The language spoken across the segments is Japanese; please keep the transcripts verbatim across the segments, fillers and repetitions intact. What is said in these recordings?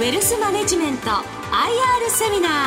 ウェルスマネジメント アイアール セミナー。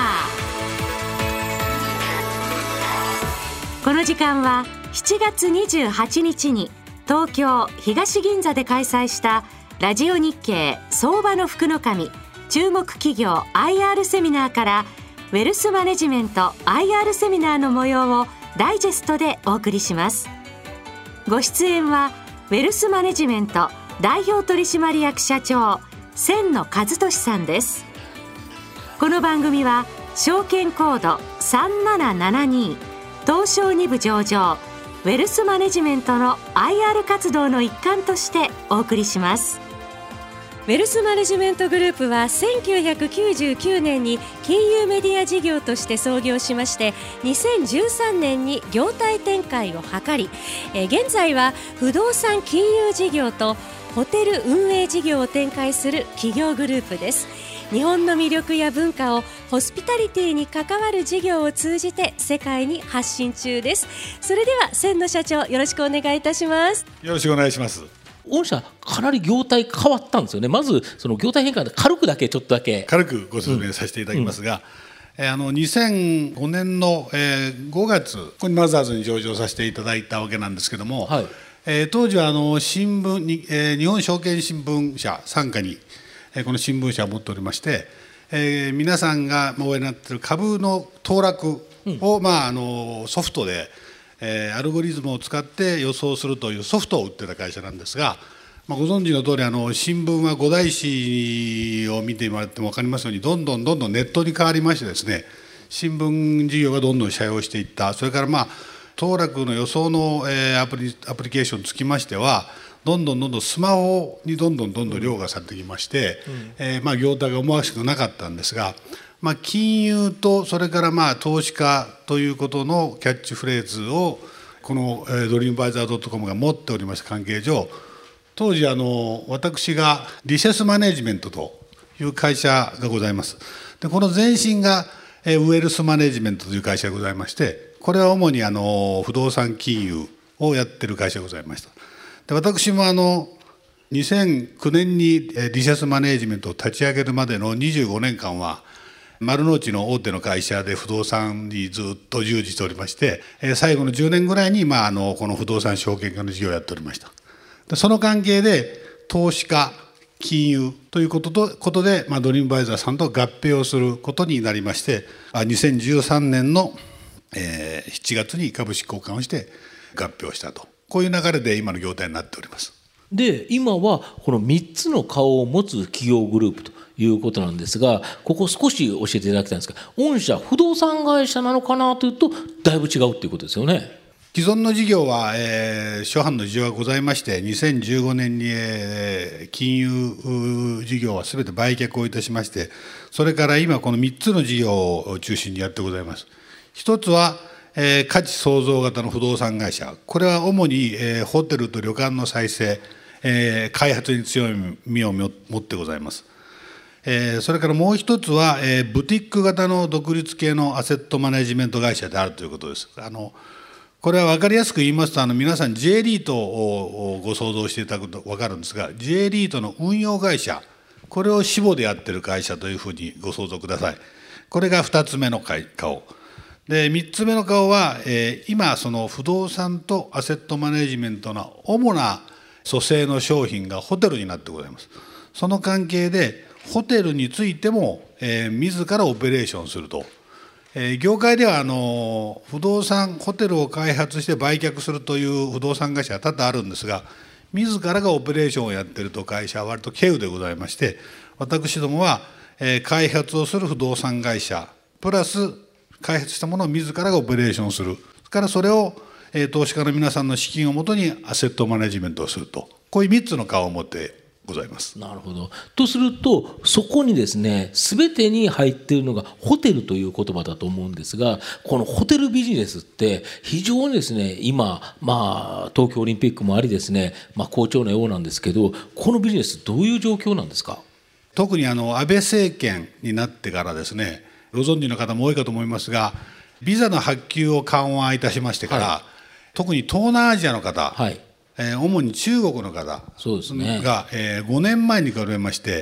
この時間はしちがつにじゅうはちにちに東京東銀座で開催したラジオ日経相場の福の神注目企業 アイアール セミナーからウェルスマネジメント アイアール セミナーの模様をダイジェストでお送りします。ご出演はウェルスマネジメント代表取締役社長千野和俊さんです。この番組は証券コードさんななななに東証に部上場ウェルスマネジメントの アイアール 活動の一環としてお送りします。ウェルスマネジメントグループはせんきゅうひゃくきゅうじゅうきゅうねんに金融メディア事業として創業しまして、にせんじゅうさんねんに業態展開を図り、え現在は不動産金融事業とホテル運営事業を展開する企業グループです。日本の魅力や文化をホスピタリティに関わる事業を通じて世界に発信中です。それでは千野社長、よろしくお願いいたします。 よろしくお願いします。 御社かなり業態変わったんですよね。まずその業態変換で軽くだけちょっとだけ軽くご説明させていただきますが、うんうん、あのにせんごねんの、えー、ごがつここにマザーズに上場させていただいたわけなんですけども、はい、えー、当時はあの新聞に、えー、日本証券新聞社傘下に、えー、この新聞社を持っておりまして、えー、皆さんがおやりになっている株の騰落を、うん、まあ、あのソフトでえー、アルゴリズムを使って予想するというソフトを売ってた会社なんですが、まあ、ご存知の通りあの新聞は五大紙を見てもらっても分かりますようにどんどんどんどんネットに変わりましてですね、新聞事業がどんどん斜陽していった。それからまあ騰落の予想の、えー、アプリ、アプリケーションにつきましてはどんどんどんどんスマホにどんどんどんどん凌駕されてきまして、うん、えー、まあ業態が思わしくなかったんですが、まあ、金融とそれからまあ投資家ということのキャッチフレーズをこのドリームバイザー .com が持っておりました関係上、当時あの私がリセスマネジメントという会社がございます。でこの前身がウェルスマネジメントという会社がございまして、これは主にあの不動産金融をやってる会社がございました。で私もあのにせんきゅうねんにリセスマネジメントを立ち上げるまでのにじゅうごねんかんは丸の内の大手の会社で不動産にずっと従事しておりまして、最後のじゅうねんぐらいに、まあ、あのこの不動産証券化の事業をやっておりました。でその関係で投資家金融ということとことで、まあ、ドリームバイザーさんと合併をすることになりまして、にせんじゅうさんねんの、えー、しちがつに株式交換をして合併したと、こういう流れで今の業態になっております。 で今はこのみっつの顔を持つ企業グループということなんですが、ここ少し教えていただきたいんですが、御社不動産会社なのかなというとだいぶ違うということですよね。 既存の事業は、えー、諸般の事情がございまして、にせんじゅうごねんに、えー、金融事業は全て売却をいたしまして、それから今このみっつの事業を中心にやってございます。一つは、えー、価値創造型の不動産会社、これは主に、えー、ホテルと旅館の再生、えー、開発に強い身を持ってございます。えー、それからもう一つは、えー、ブティック型の独立系のアセットマネジメント会社であるということです。あのこれは分かりやすく言いますと、あの皆さん J リートをご想像していただくと分かるんですが、 J リートの運用会社、これを支母でやってる会社というふうにご想像ください。これがふたつめの顔で、みっつめの顔は、えー、今その不動産とアセットマネジメントの主な組成の商品がホテルになってございます。その関係でホテルについても、えー、自らオペレーションすると、えー、業界ではあの不動産ホテルを開発して売却するという不動産会社は多々あるんですが、自らがオペレーションをやっていると会社は割と稀有でございまして、私どもは、えー、開発をする不動産会社プラス開発したものを自らがオペレーションする、それからそれを、えー、投資家の皆さんの資金をもとにアセットマネジメントをすると、こういうみっつの顔を持ってございます。 なるほど。とするとそこにですね、全てに入っているのがホテルという言葉だと思うんですが、このホテルビジネスって非常にですね、今、まあ、東京オリンピックもありですね、まあ、好調なようなんですけど、このビジネスどういう状況なんですか？ 特にあの安倍政権になってからですね、ご存知の方も多いかと思いますが、ビザの発給を緩和いたしましてから、はい、特に東南アジアの方、はい、えー、主に中国の方が、 そうですね、 えー、ごねんまえに比べまして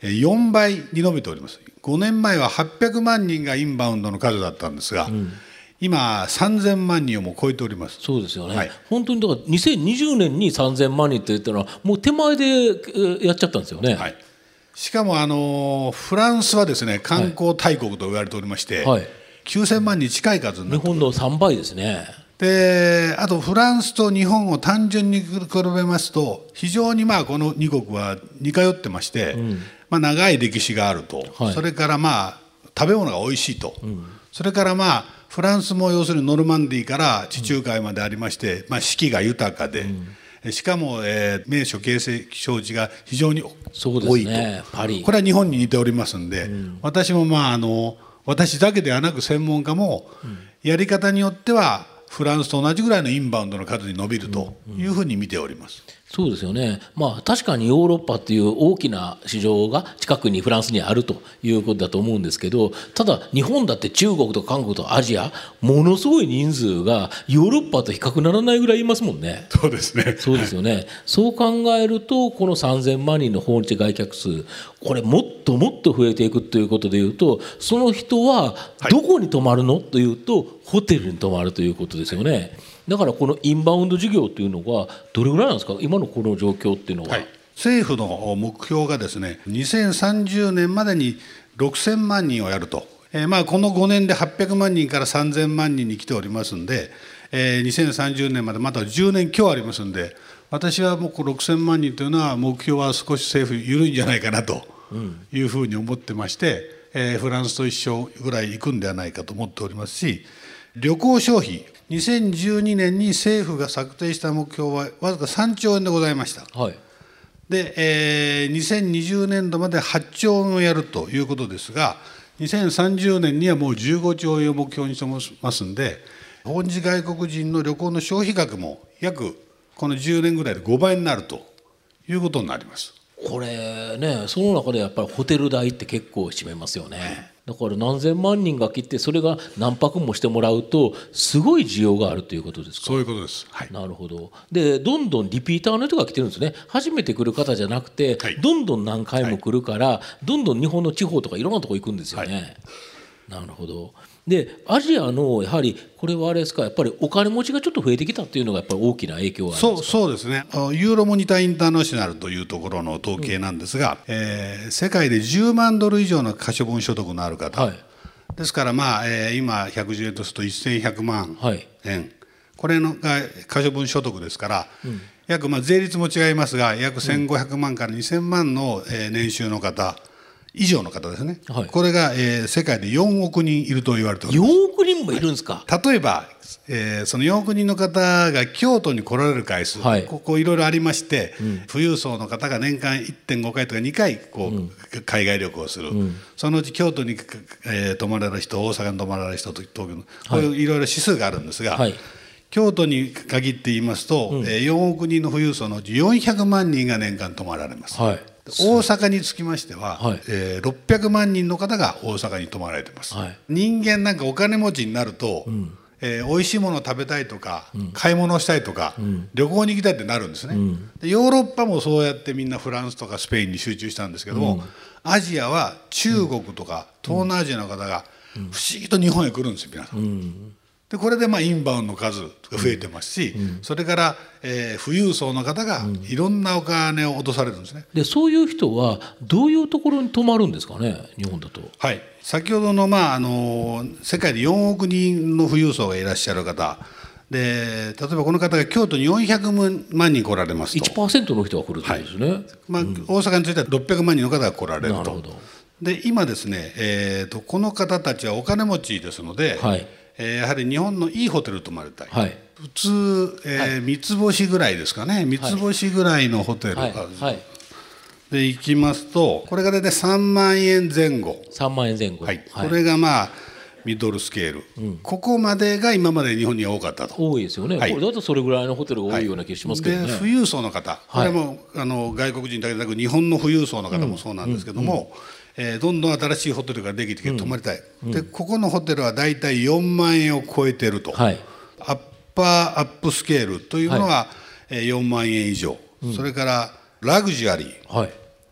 よんばいに伸びております。ごねんまえははっぴゃくまんにんがインバウンドの数だったんですが、うん、今さんぜんまんにんをもう超えております。 そうですよね、はい、本当にだからにせんにじゅうねんにさんぜんまんにんって言ったのはもう手前でやっちゃったんですよね、 はい、しかもあのフランスはですね観光大国と言われておりまして、はい、きゅうせんまんにん近い数になっております。 日本のさんばいですね。 であとフランスと日本を単純に比べますと非常にまあこのに国は似通ってまして、うんまあ、長い歴史があると、はい、それからまあ食べ物が美味しいと、うん、それからまあフランスも要するにノルマンディーから地中海までありまして、うんまあ、四季が豊かで、うん、しかも、えー、名所形成障地が非常に多いと。 そうですね、パリ。 これは日本に似ておりますんで、うん、私もまああの私だけではなく専門家もやり方によってはフランスと同じぐらいのインバウンドの数に伸びるというふうに見ております。 そうですよね、まあ、確かにヨーロッパっていう大きな市場が近くにフランスにあるということだと思うんですけど、ただ日本だって中国と韓国とアジアものすごい人数がヨーロッパと比較ならないぐらいいますもんね。 そうですね。 そうですよね。そう考えるとこのさんぜんまんにんの訪日外客数、これもっともっと増えていくということでいうと、その人はどこに泊まるのというとホテルに泊まるということですよね。だからこのインバウンド事業というのはどれぐらいなんですか、今のこの状況っていうのは。はい、 政府の目標がですねにせんさんじゅうねんまでにろくせんまんにんをやると、えー、まあこのごねんではっぴゃくまんにんからさんぜんまんにんに来ておりますんで、えー、にせんさんじゅうねんまでまたじゅうねん強ありますんで、私はもうろくせんまんにんというのは目標は少し政府緩いんじゃないかなというふうに思ってまして、えー、フランスと一緒ぐらい行くんではないかと思っておりますし、旅行消費にせんじゅうにねんに政府が策定した目標はわずかさんちょうえんでございました。はい、で、えー、にせんにじゅうねんどまではっちょうえんをやるということですが、にせんさんじゅうねんにはもうじゅうごちょうえんを目標にしてますんで、訪日外国人の旅行の消費額も約このじゅうねんぐらいでごばいになるということになります。 これね、その中でやっぱりホテル代って結構占めますよね。だから何千万人が来てそれが何泊もしてもらうとすごい需要があるということですか。 そういうことです、はい、 なるほど。でどんどんリピーターの人が来てるんですね。初めて来る方じゃなくて、はい、どんどん何回も来るから、はい、どんどん日本の地方とかいろんなとこ行くんですよね、はい、なるほど。でアジアのやはりこれはあれですか、やっぱりお金持ちがちょっと増えてきたっていうのがやっぱり大きな影響があるんですか。 そう、そうですね。ユーロモニターインターナショナルというところの統計なんですが、うんえー、世界でじゅうまんドル以上の可処分所得のある方、はい、ですからまあ、えー、今ひゃくじゅうえんとするとせんひゃくまんえん、はい、これのが可処分所得ですから、うん、約まあ税率も違いますが約せんごひゃくまんからにせんまんの、えー、年収の方以上の方ですね、はい、これが、えー、世界でよんおくにんいると言われております。 よんおくにんもいるんですか。 例えば、えー、そのよんおくにんの方が京都に来られる回数、はい、ここいろいろありまして、うん、富裕層の方が年間 いってんごかいとかにかいこう、うん、海外旅行をする、うん、そのうち京都に、えー、泊まられる人、大阪に泊まられる人と東京のこういういろいろ指数があるんですが、はい、京都に限って言いますと、うんえー、よんおくにんの富裕層のうちよんひゃくまんにんが年間泊まられます、はい、大阪につきましては、はいえー、ろっぴゃくまんにんの方が大阪に泊まられています、はい、人間なんかお金持ちになると、うんえー、美味しいものを食べたいとか、うん、買い物をしたいとか、うん、旅行に行きたいってなるんですね、うん、でヨーロッパもそうやってみんなフランスとかスペインに集中したんですけども、うん、アジアは中国とか、うん、東南アジアの方が不思議と日本へ来るんですよ皆さん、うんでこれでまあインバウンドの数が増えてますし、うん、それから、えー、富裕層の方がいろんなお金を落とされるんですね。 でそういう人はどういうところに泊まるんですかね、日本だと。 はい、先ほどの、まあ、あの世界でよんおくにんの富裕層がいらっしゃる方で、例えばこの方が京都によんひゃくまんにん来られますといちパーセント の人が来るということですね、はいまあうん、 大阪についてはろっぴゃくまんにんの方が来られると。なるほど。で今ですね、えーと、この方たちはお金持ちですので、はいえー、やはり日本のいいホテル泊まりたい、はい、普通、えーはい、三つ星ぐらいですかね、三つ星ぐらいのホテルが、はいはい、で行きますとこれが大体さんまんえんぜん後さんまんえんぜん後、 はいはい、これがまあミドルスケール、うん、ここまでが今まで日本には多かったと。 多いですよね、はい、これだとそれぐらいのホテルが多いような気がしますけどね、はい、 で富裕層の方、これも、はい、あの外国人だけでなく日本の富裕層の方もそうなんですけども、うんうんうんえー、どんどん新しいホテルができてきて泊まりたい、うん、でここのホテルはだいたいよんまんえんを超えてると、はい、アッパーアップスケールというのは、はい、よんまんえん以上、うん、それからラグジュアリー、はい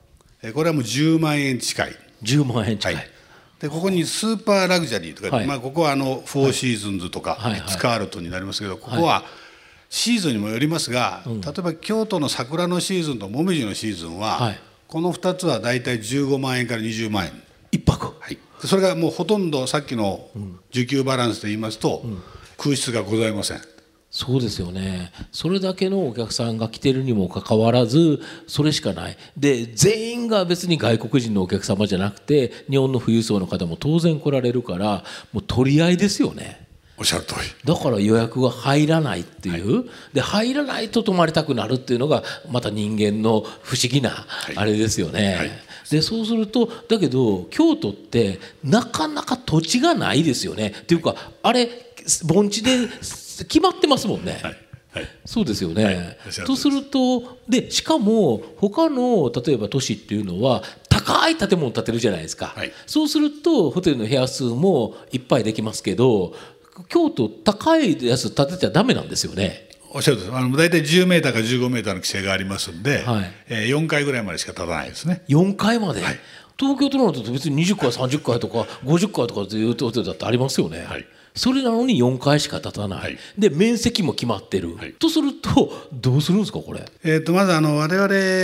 これはもうじゅうまんえん近い。 じゅうまんえん近い、はい、 でここにスーパーラグジュアリーとか、はい、まあ、ここはあのフォーシーズンズとか、はい、リッツ・カールトンになりますけど、ここはシーズンにもよりますが、はい、例えば京都の桜のシーズンともみじのシーズンは、はい、このふたつはだいたいじゅうごまんえんからにじゅうまんえんいっぱく、 はい、それがもうほとんどさっきの需給バランスで言いますと、うん、空室がございません。 そうですよね。それだけのお客さんが来てるにもかかわらずそれしかない。で全員が別に外国人のお客様じゃなくて日本の富裕層の方も当然来られるからもう取り合いですよね。 おっしゃる通り。 だから予約が入らないっていう、はい、で入らないと泊まりたくなるっていうのがまた人間の不思議なあれですよね、はいはい、でそうするとだけど京都ってなかなか土地がないですよね。っていうかあれ盆地で決まってますもんね、はいはい、そうですよね、はい、とするとでしかも他の例えば都市っていうのは高い建物を建てるじゃないですか、はい、そうするとホテルの部屋数もいっぱいできますけど京都高いやつ建てちゃダメなんですよね。 おっしゃるとおり、あの大体じゅうメーターからじゅうごメーターの規制がありますんで、はい、えー、よんかいぐらいまでしか建たないですね。 よんかいまで、はい、東京都のだと別ににじゅっかいさんじゅっかいとかごじゅっかいとかっていうホテルだってありますよね、はい、それなのによんかいしか建たない、はい、で面積も決まってる、はい、とするとどうするんですかこれ。 えー、とまずあの我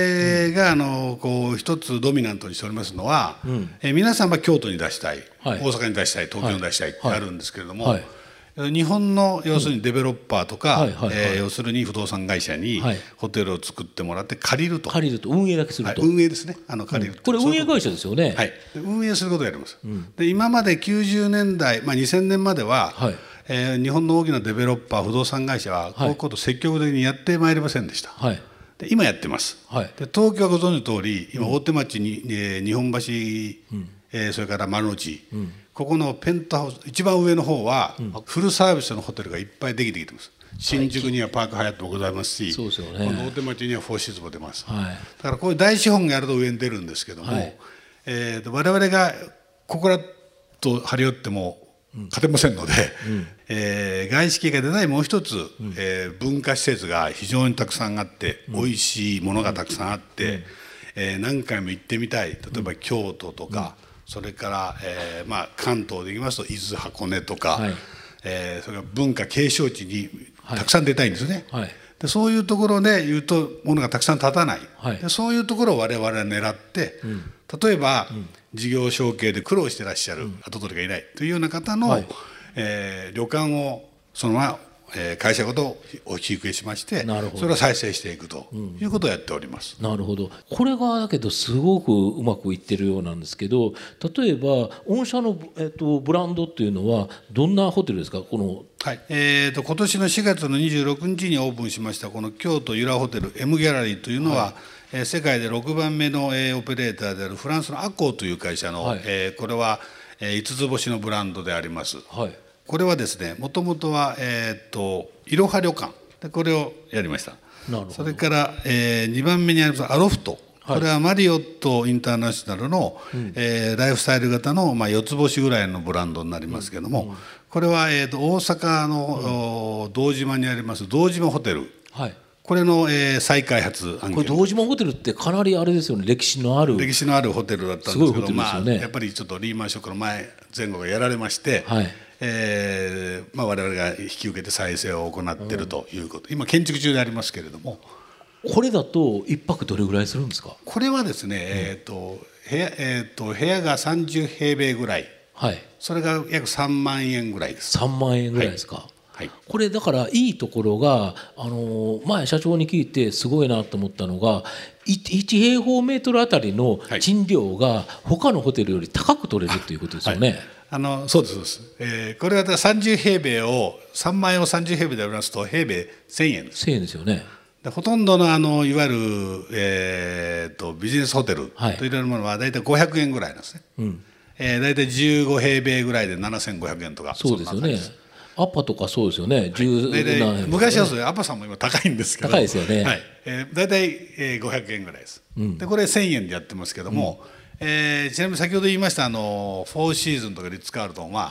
々があのこう一つドミナントにしておりますのは、うん、えー、皆さんは京都に出したい、はい、大阪に出したい、東京に出したいってあるんですけれども、はいはいはい、日本の要するにデベロッパーとか、うん、えー、要するに不動産会社にホテルを作ってもらって借りると、 借りると運営だけすると、 はい、運営ですね、あの借りる、うん、 これ運営会社ですよね。 はい、運営することをやります、うん、で今まできゅうじゅうねんだい、まあ、にせんねんまでは、はい、えー、日本の大きなデベロッパー不動産会社はこういうことを積極的にやってまいりませんでした、はい、で今やってます、はい、で東京はご存知の通り今大手町に、えー、日本橋、うん、えー、それから丸の内、うん、ここのペントハウス一番上の方は、うん、フルサービスのホテルがいっぱいできてきてます。新宿にはパークハヤットもございますし、そうですよね、この大手町にはフォーシーズも出ます、はい、だからこういう大資本がやると上に出るんですけども、はい、えー、と我々がここらと張り寄っても勝てませんので、うん、えー、外資系が出ないもう一つ、うん、えー、文化施設が非常にたくさんあって、うん、美味しいものがたくさんあって、うん、えー、何回も行ってみたい、例えば京都とか、うん、それから、えーまあ、関東で言いますと伊豆箱根とか、はい、えー、それから文化継承地にたくさん出たいんですね、はいはい、でそういうところで言うとものがたくさん建たない、はい、でそういうところを我々は狙って、うん、例えば、うん、事業承継で苦労してらっしゃる跡取りがいないというような方の、はい、えー、旅館をそのまま、えー、会社ごとお引き受けしまして、それを再生していくということをやっております、 うん、なるほど。これがだけどすごくうまくいってるようなんですけど、例えば御社の、えー、とブランドっていうのはどんなホテルですか。この、 はい、えー、と今年のしがつのにじゅうろくにちにオープンしましたこの京都由良ホテル M ギャラリーというのは、はい、えー、世界でろくばんめの、えー、オペレーターであるフランスのアコーという会社の、はい、えー、これは、えー、いつつ星のブランドであります、はい、これはですねもともとは、えー、といろは旅館でこれをやりました。なるほど。それから、えー、にばんめにありますアロフト、はい、これはマリオットインターナショナルの、うん、えー、ライフスタイル型の、まあ、よっつ星ぐらいのブランドになりますけども、うんうん、これは、えー、と大阪の、うん、堂島にあります堂島ホテル、はい、これの、えー、再開発案件。 これ堂島ホテルってかなりあれですよね、歴史のある歴史のあるホテルだったんですけど、まあ、やっぱりちょっとリーマンショックの前前後がやられまして、はい、えーまあ、我々が引き受けて再生を行っているということ、うん、今建築中でありますけれども。 これだといっぱくどれぐらいするんですか。 これはですね、うん、えーと部屋えー、と部屋がさんじゅうへいべいぐらい、はい、それが約さんまんえんぐらいです。 さんまんえんぐらいですか、はいはい、これだからいいところが、あの前社長に聞いてすごいなと思ったのがいちへいほうメートルあたりの賃料が他のホテルより高く取れるということですよね、はい、 あのそうですそうです、えー、これはさんじゅうへいべいをさんまんえんをさんじゅうへいべいで割りますと平米せんえんです。 せんえんですよね。 でほとんどの、あのいわゆる、えー、とビジネスホテルといわれるものは大体ごひゃくえんぐらいなんですね、うん、えー、大体じゅうごへいべいぐらいでななせんごひゃくえんとか。 そうですよね。アパとかそうですよね、はい、 昔はそうです。アパさんも今高いんですけど高いですよね、 はい、えー、大体、えー、ごひゃくえんぐらいです、うん、でこれせんえんでやってますけども、うん、えー、ちなみに先ほど言いましたあのフォーシーズンとかリッツ・カールトンは、はい、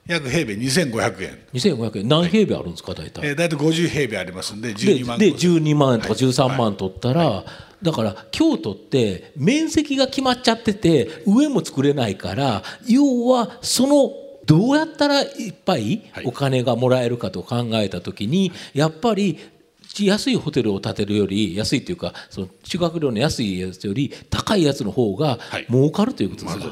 約平米にせんごひゃくえん。 にせんごひゃくえん、何平米あるんですか、大体。 えー、大体ごじゅう平米ありますんで、じゅうにまんで、でじゅうにまんとかじゅうさんまんはい取ったら、はい、だから京都って面積が決まっちゃってて上も作れないから、要はそのどうやったらいっぱいお金がもらえるかと考えた時に、やっぱり安いホテルを建てるより、安いというかその宿泊料の安いやつより高いやつの方が儲かるということですか、はい、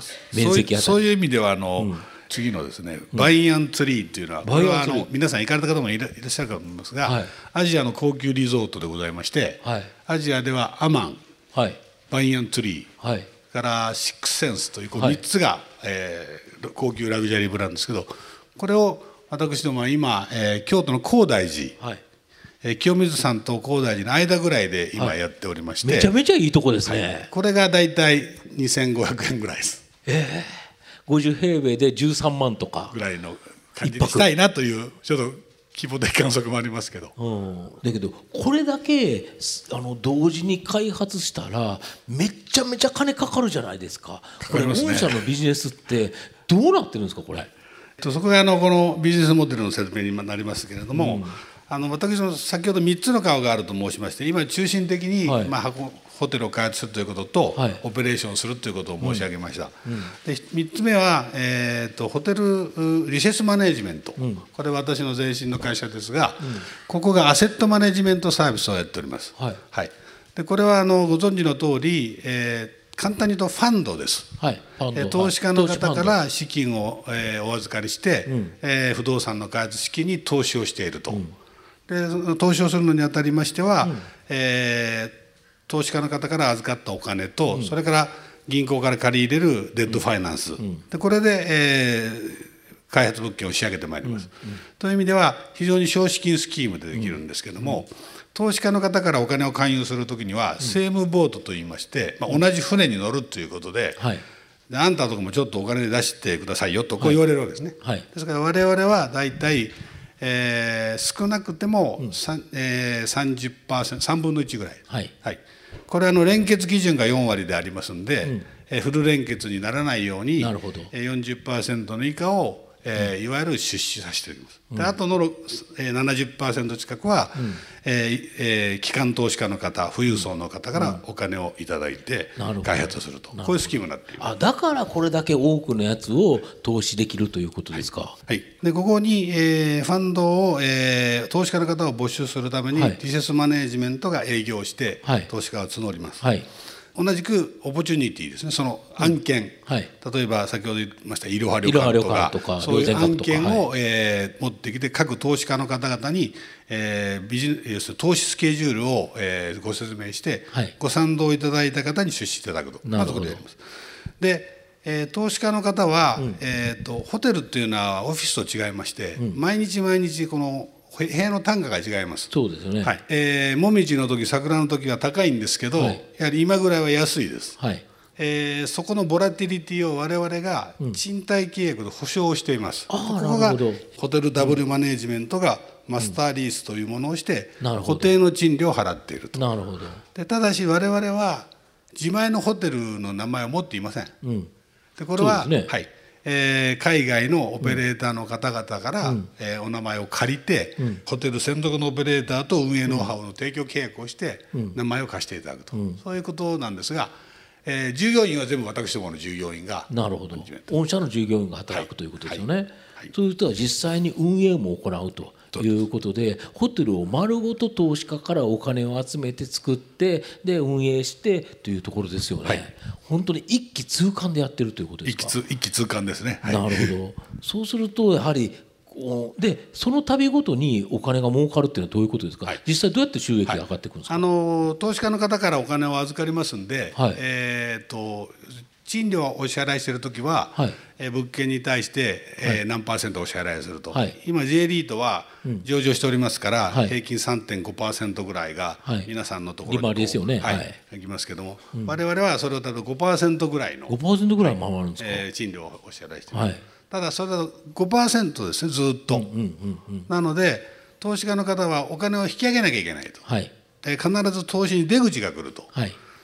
面積あたり。 そういう意味ではあの、うん次のですね、バインアンツリーっていうのは、これはあの皆さん行かれた方もいらっしゃるかと思いますが、はい、アジアの高級リゾートでございまして、はい、アジアではアマン、はい、バインアンツリー、はい、からシックスセンスというこのみっつが、はいえー、高級ラグジュアリーブランドですけど、これを私どもは今、えー、京都の高台寺、はいえー、清水山と高台寺の間ぐらいで今やっておりまして、 はい、めちゃめちゃいいとこですね、はい、 これがだいたいにせんごひゃくえんぐらいです。 えーごじゅう平米でじゅうさんまんとかぐらいの感じにしたいなというちょっと規模的観測もありますけど、 うん、だけどこれだけあの同時に開発したらめちゃめちゃ金かかるじゃないですか。これ御社のビジネスってどうなってるんですかこれ。 そこがあのこのビジネスモデルの説明になりますけれども、うん、あの私の先ほどみっつの顔があると申しまして、今中心的に、はいまあ、ホテルを開発するということと、はい、オペレーションするということを申し上げました、うんうん、でみっつめは、えー、とホテルリセスマネジメント、うん、これは私の前身の会社ですが、うん、ここがアセットマネジメントサービスをやっております、はいはい、でこれはあのご存知の通り、えー簡単に言うとファンドです、はい、ファンド投資家の方から資金を、えー、お預かりして、うんえー、不動産の開発資金に投資をしていると、うん、でその投資をするのにあたりましては、うんえー、投資家の方から預かったお金と、うん、それから銀行から借り入れるデッドファイナンス、うん、でこれで、えー、開発物件を仕上げてまいります、うんうん、という意味では非常に小資金スキームでできるんですけども、うん投資家の方からお金を勧誘するときにはセームボートといいまして、まあ、同じ船に乗るということで、はい、であんたとかもちょっとお金出してくださいよとこう言われるわけですね、はいはい、ですから我々はだいたい、えー、少なくても、うんえー、さんじゅっパーセント、さんぶんのいちぐらい、はいはい、これはあの連結基準がよんわりでありますので、うんえー、フル連結にならないようになるほど よんじゅっパーセント の以下をえー、いわゆる出資させております。であとの、えー、ななじゅっパーセント 近くは、うんえーえー、機関投資家の方富裕層の方からお金をいただいて開発すると、うん、こういうスキームになっています。 あだからこれだけ多くのやつを投資できるということですか。 はい、はい、でここに、えー、ファンドを、えー、投資家の方を募集するために、はい、リセスマネージメントが営業して、はい、投資家を募ります。はい同じくオポチュニティですね、その案件、うんはい、例えば先ほど言いましたいろは旅館とか、とかそういう案件を、はいえー、持ってきて各投資家の方々に、えー、ビジネス投資スケジュールを、えー、ご説明して、はい、ご賛同いただいた方に出資いただくと、まずこれやります。で、えー、投資家の方は、うんえー、とホテルっていうのはオフィスと違いまして、うん、毎日毎日この部屋の単価が違います。 そうですよね。 はいえー、もみじの時桜の時は高いんですけど、はい、やはり今ぐらいは安いです。はいえー、そこのボラティリティを我々が賃貸契約で保証をしています。うん、ここがホテルダブルマネージメントがマスターリースというものをして固定の賃料を払っていると。なるほど。でただし我々は自前のホテルの名前を持っていません。うん、でこれは、ねはいえー、海外のオペレーターの方々から、うんえー、お名前を借りて、うん、ホテル専属のオペレーターと運営ノウハウの提供契約をして、うん、名前を貸していただくと、うん、そういうことなんですが、えー、従業員は全部私どもの従業員がなるほど御社の従業員が働くということですよね。はいはい、そういう人は実際に運営も行うということでホテルを丸ごと投資家からお金を集めて作ってで運営してというところですよね。はい、本当に一気通貫でやってるということですか。 一気, 一気通貫ですね。 はい、なるほど。そうするとやはりでその度ごとにお金が儲かるっていうのはどういうことですか。はい、実際どうやって収益が上がっていくんですか。 はい、あの投資家の方からお金を預かりますんで、はいえー、と賃料をお支払いしているときは、はいえー、物件に対して、えーはい、何パーセントお支払いすると、はい、今 J リートは上場しておりますから、うん、平均 さんてんごパーセント ぐらいが皆さんのところに、 はい、利回りですよね。 はいはい、いきますけども、うん、我々はそれを例えば ごパーセント ぐらいのごパーセント ぐらい回るんですか。 えー、賃料をお支払いしています。はい、ただそれだと ごパーセント ですねずっと、うんうんうんうん、なので投資家の方はお金を引き上げなきゃいけないと、はい、で必ず投資に出口が来ると、はい、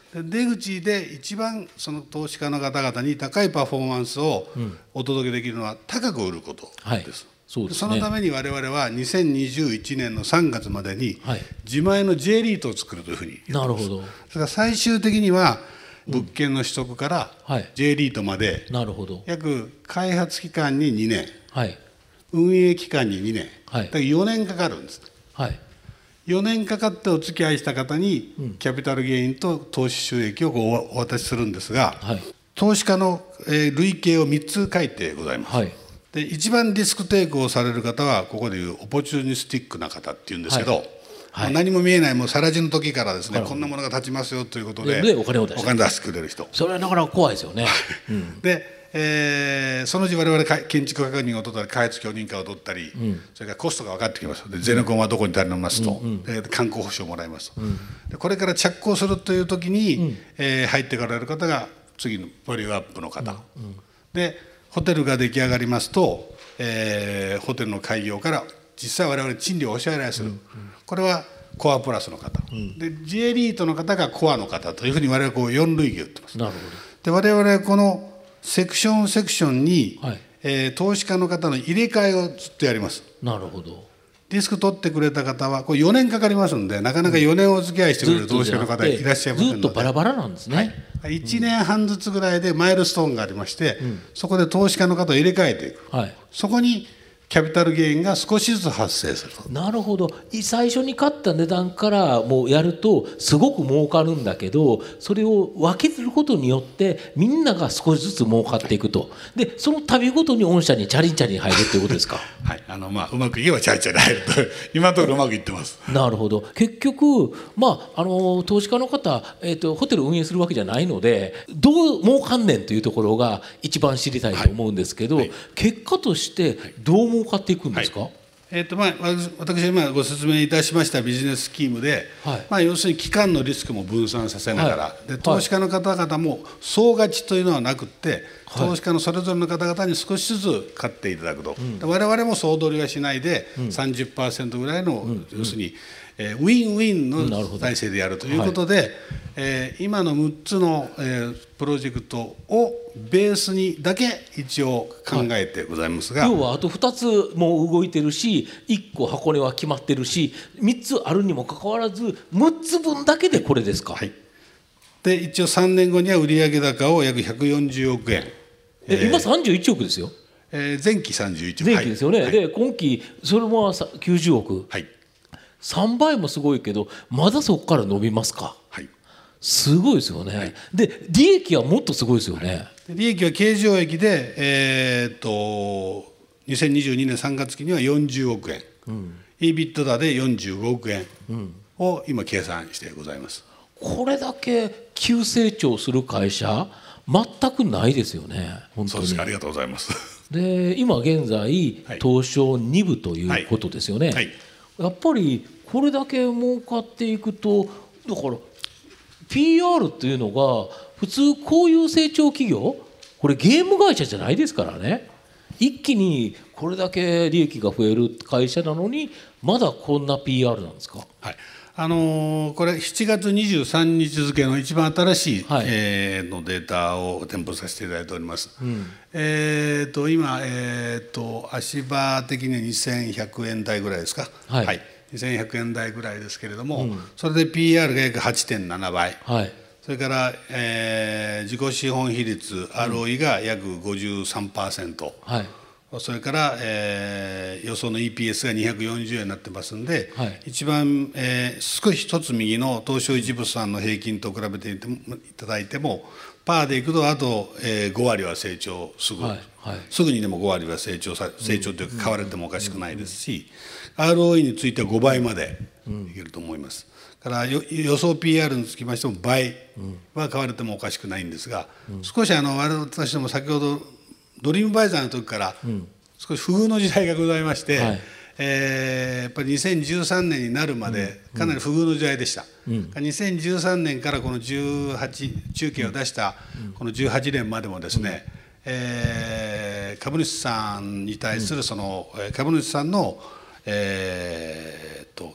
で出口で一番その投資家の方々に高いパフォーマンスをお届けできるのは高く売ることです。はい、そうですね、そのために我々はにせんにじゅういちねんのさんがつまでに自前の J リートを作るというふうに言ってます。なるほど。だから最終的には物件の取得から J リートまで約開発期間ににねん、はい、運営期間ににねん、はい、だからよねんかかるんです。はい、よねんかかってお付き合いした方にキャピタルゲインと投資収益をお渡しするんですが、はい、投資家の累計をみっつ書いてございます。はい、で一番リスクテイクをされる方はここでいうオポチュニスティックな方っていうんですけど、はいはい、何も見えないもうさら地の時からですね、こんなものが立ちますよということで、でお金を出してお金出してくれる人、 それはなかなか怖いですよね。 うん、で、えー、そのうち我々建築確認を取ったり開発許認可を取ったり、うん、それからコストが分かってきます。でゼネコンはどこに足りますと、うんうん、で観光保証をもらいますと、うん、でこれから着工するという時に、うん、えー、入ってこられる方が次のボリューアップの方、うんうん、でホテルが出来上がりますと、えー、ホテルの開業から実際我々賃料をお支払いする、うんうん、これはコアプラスの方、うん、で J リートの方がコアの方というふうに我々はこうよん類型を言ってます。なるほど。で我々はこのセクションセクションに、はい、えー、投資家の方の入れ替えをずっとやります。 なるほど。 リスク取ってくれた方はこれよねんかかりますんで、なかなかよねんお付き合いしてくれる投資家の方いらっしゃいませんので、 ずっとバラバラなんですね。 はい、いちねんはんずつぐらいでマイルストーンがありまして、うん、そこで投資家の方を入れ替えていく、はい、そこにキャピタルゲインが少しずつ発生すると。 なるほど。最初に買った値段からもうやるとすごく儲かるんだけど、それを分けることによってみんなが少しずつ儲かっていくと。でその度ごとに御社にチャリンチャリン入るっていうことですか。 はい、あのまあうまくいけばチャリチャリ入ると今のところうまくいってます。 なるほど。結局まああの投資家の方、えーと、ホテルを運営するわけじゃないのでどう儲かんねんというところが一番知りたいと思うんですけど、はいはい、結果としてどう儲かっていくんですか。はい、 えーとまあ、私今ご説明いたしましたビジネススキームで、はい、まあ、要するに期間のリスクも分散させながら、はい、で投資家の方々も総勝ちというのはなくって、はい、投資家のそれぞれの方々に少しずつ買っていただくと、うん、我々も総取りはしないで、うん、さんじゅっパーセント ぐらいの、うん、要するに、えー、ウィンウィンの体制でやるということで、はい、えー、今のむっつの、えー、プロジェクトをベースにだけ一応考えてございますが、 はい、要はあとふたつも動いてるしいっこ箱根は決まってるしみっつあるにもかかわらずむっつぶんだけでこれですか。はい、 で一応さんねんごには売上高を約ひゃくよんじゅうおくえん、 えー、今さんじゅういちおくですよ。 えー、前期さんじゅういちおく、 前期ですよね。はい、で今期それもきゅうじゅうおく、はい、さんばいもすごいけどまだそこから伸びますか。はい、すごいですよね。はい、で利益はもっとすごいですよね。はい、 利益は経常益で、えー、っとにせんにじゅうにねんさんがつ期にはよんじゅうおくえん、うん、イービットダ でよんじゅうごおくえんを今計算してございます。 これだけ急成長する会社全くないですよね。本当にそうですか。ありがとうございます。 で今現在、はい、東証に部ということですよね。はいはい、やっぱりこれだけ儲かっていくとだから ピーアール っていうのが普通こういう成長企業これゲーム会社じゃないですからね。一気にこれだけ利益が増える会社なのにまだこんな ピーアール なんですか。 はい、あのー、これしちがつにじゅうさんにち付の一番新しい、はい、えー、のデータを添付させていただいております。うん、えー、と今、えー、と足場的にはにせんひゃくえん台ぐらいですか。はい、はい、にせんひゃくえん台ぐらいですけれども、うん、それで ピーアール が約 はちてんななばい、はい、それから、えー、自己資本比率 アールオーイー が約 ごじゅうさんパーセント、はい、それから、えー、予想の イーピーエス がにひゃくよんじゅうえんになってますんで、はい、一番、えー、少し一つ右の東証一部さんの平均と比べていただいてもパーでいくとあと、えー、ごわりは成長すぐ、はいはい、すぐにでもごわりは成長さ成長というか買われてもおかしくないですし、アールオーイー についてはごばいまでいけると思います。から予想 ピーアール につきましても倍は買われてもおかしくないんですが、うん、少しあの私ども先ほどドリームバイザーの時から少し不遇の時代がございまして、はい、えー、やっぱりにせんじゅうさんねんになるまでかなり不遇の時代でした。うん、にせんじゅうさんねんからこのじゅうはち中継を出したこのじゅうはちねんまでもですね、うん、えー、株主さんに対するその株主さんの、えー、と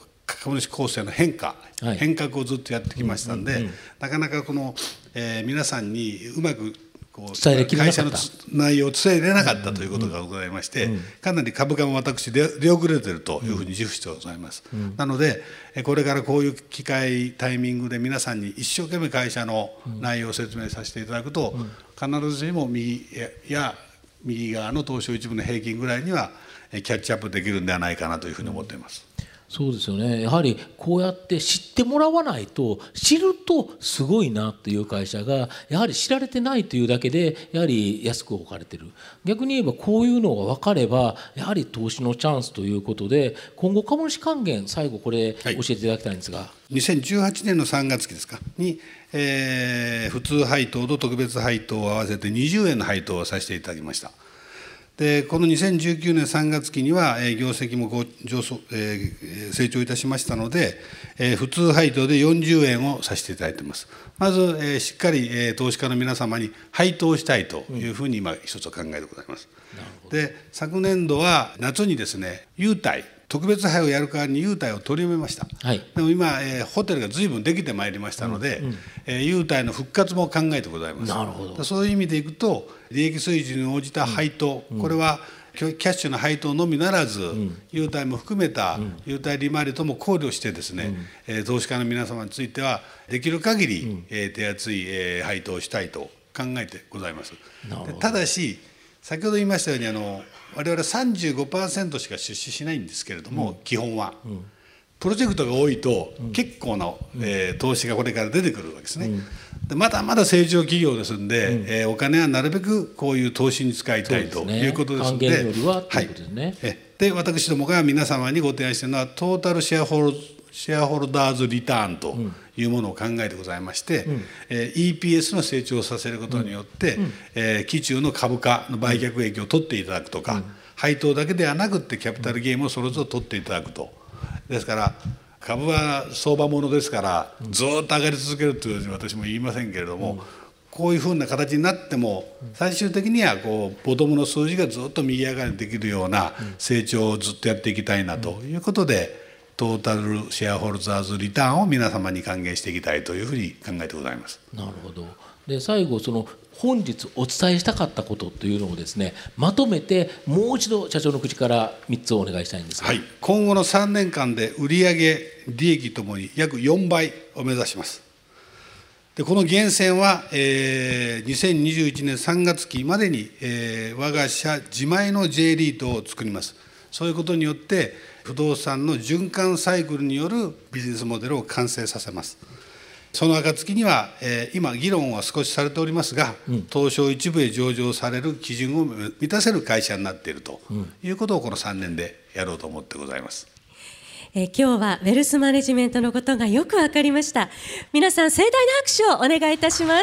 株主構成の変化、 はい、 変革をずっとやってきましたんで、 うんうんうん、 なかなかこの、えー、皆さんにうまくこう伝えれきれなかった、 会社の内容を伝えれなかったということがございまして、うんうん、かなり株価も私出遅れているというふうに自負してございます、うん、なのでこれからこういう機会タイミングで皆さんに一生懸命会社の内容を説明させていただくと、うん、必ずしも右や右側の東証一部の平均ぐらいにはキャッチアップできるんではないかなというふうに思っています。 そうですよね。やはりこうやって知ってもらわないと、知るとすごいなという会社がやはり知られてないというだけでやはり安く置かれている。逆に言えばこういうのが分かればやはり投資のチャンスということで、今後株主還元最後これ教えていただきたいんですが、はい、 にせんじゅうはちねんのさんがつ期ですかに、えー、普通配当と特別配当を合わせてにじゅうえんの配当をさせていただきました。でこのにせんじゅうきゅうねんさんがつ期には、えー、業績も上昇、えー、成長いたしましたので、えー、普通配当でよんじゅうえんをさせていただいています。まず、えー、しっかり、えー、投資家の皆様に配当したいというふうに今一つ考えでございます。うん、で昨年度は夏にですね、優待特別配をやる代わりに優待を取りやめました、はい、でも今、えー、ホテルが随分できてまいりましたので、うんうん、えー、優待の復活も考えてございます。 なるほど。 そういう意味でいくと利益水準に応じた配当、うん、これはキャッシュの配当のみならず、うん、優待も含めた優待利回りとも考慮してですね、うん、えー、投資家の皆様についてはできる限り、うん、えー、手厚い、えー、配当をしたいと考えてございます。でただし先ほど言いましたようにあの我々 さんじゅうごパーセント しか出資しないんですけれども、うん、基本は、うん、プロジェクトが多いと、うん、結構な、えー、投資がこれから出てくるわけですね、うん、でまだまだ成長企業ですんで、うん、えー、お金はなるべくこういう投資に使いたいということですので、 還元よりはということですね、はい、 えで私どもが皆様にご提案しているのはトータルシェアホルシェアホルダーズリターンというものを考えてございまして、うん、えー、イーピーエス の成長をさせることによって、うん、えー、期中の株価の売却益を取っていただくとか、うん、配当だけではなくってキャピタルゲインもそれぞれ取っていただくと。ですから株は相場ものですからずっと上がり続けるというふうに私も言いませんけれども、うん、こういうふうな形になっても最終的にはこうボトムの数字がずっと右上がりできるような成長をずっとやっていきたいなということで、トータルシェアホルダーズリターンを皆様に還元していきたいというふうに考えてございます。 なるほど。で最後その本日お伝えしたかったことというのをですね、まとめてもう一度社長の口からみっつお願いしたいんですが、 はい、今後のさんねんかんで売上利益ともに約よんばいを目指します。でこの源泉は、えー、にせんにじゅういちねんさんがつ期までに、えー、我が社自前の J リートを作ります。そういうことによって不動産の循環サイクルによるビジネスモデルを完成させます。その暁には、えー、今議論は少しされておりますが、うん、東証一部へ上場される基準を満たせる会社になっているということをこのさんねんでやろうと思ってございます。 えー、今日はウェルスマネジメントのことがよく分かりました。皆さん盛大な拍手をお願いいたします。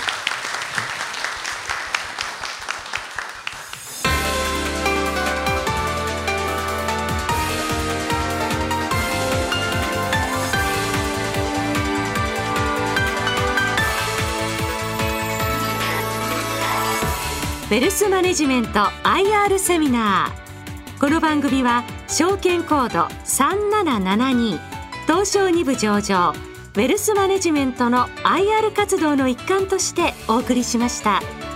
ウェルスマネジメント アイアール セミナー。この番組は証券コードさんななななに東証に部上場ウェルスマネジメントの アイアール 活動の一環としてお送りしました。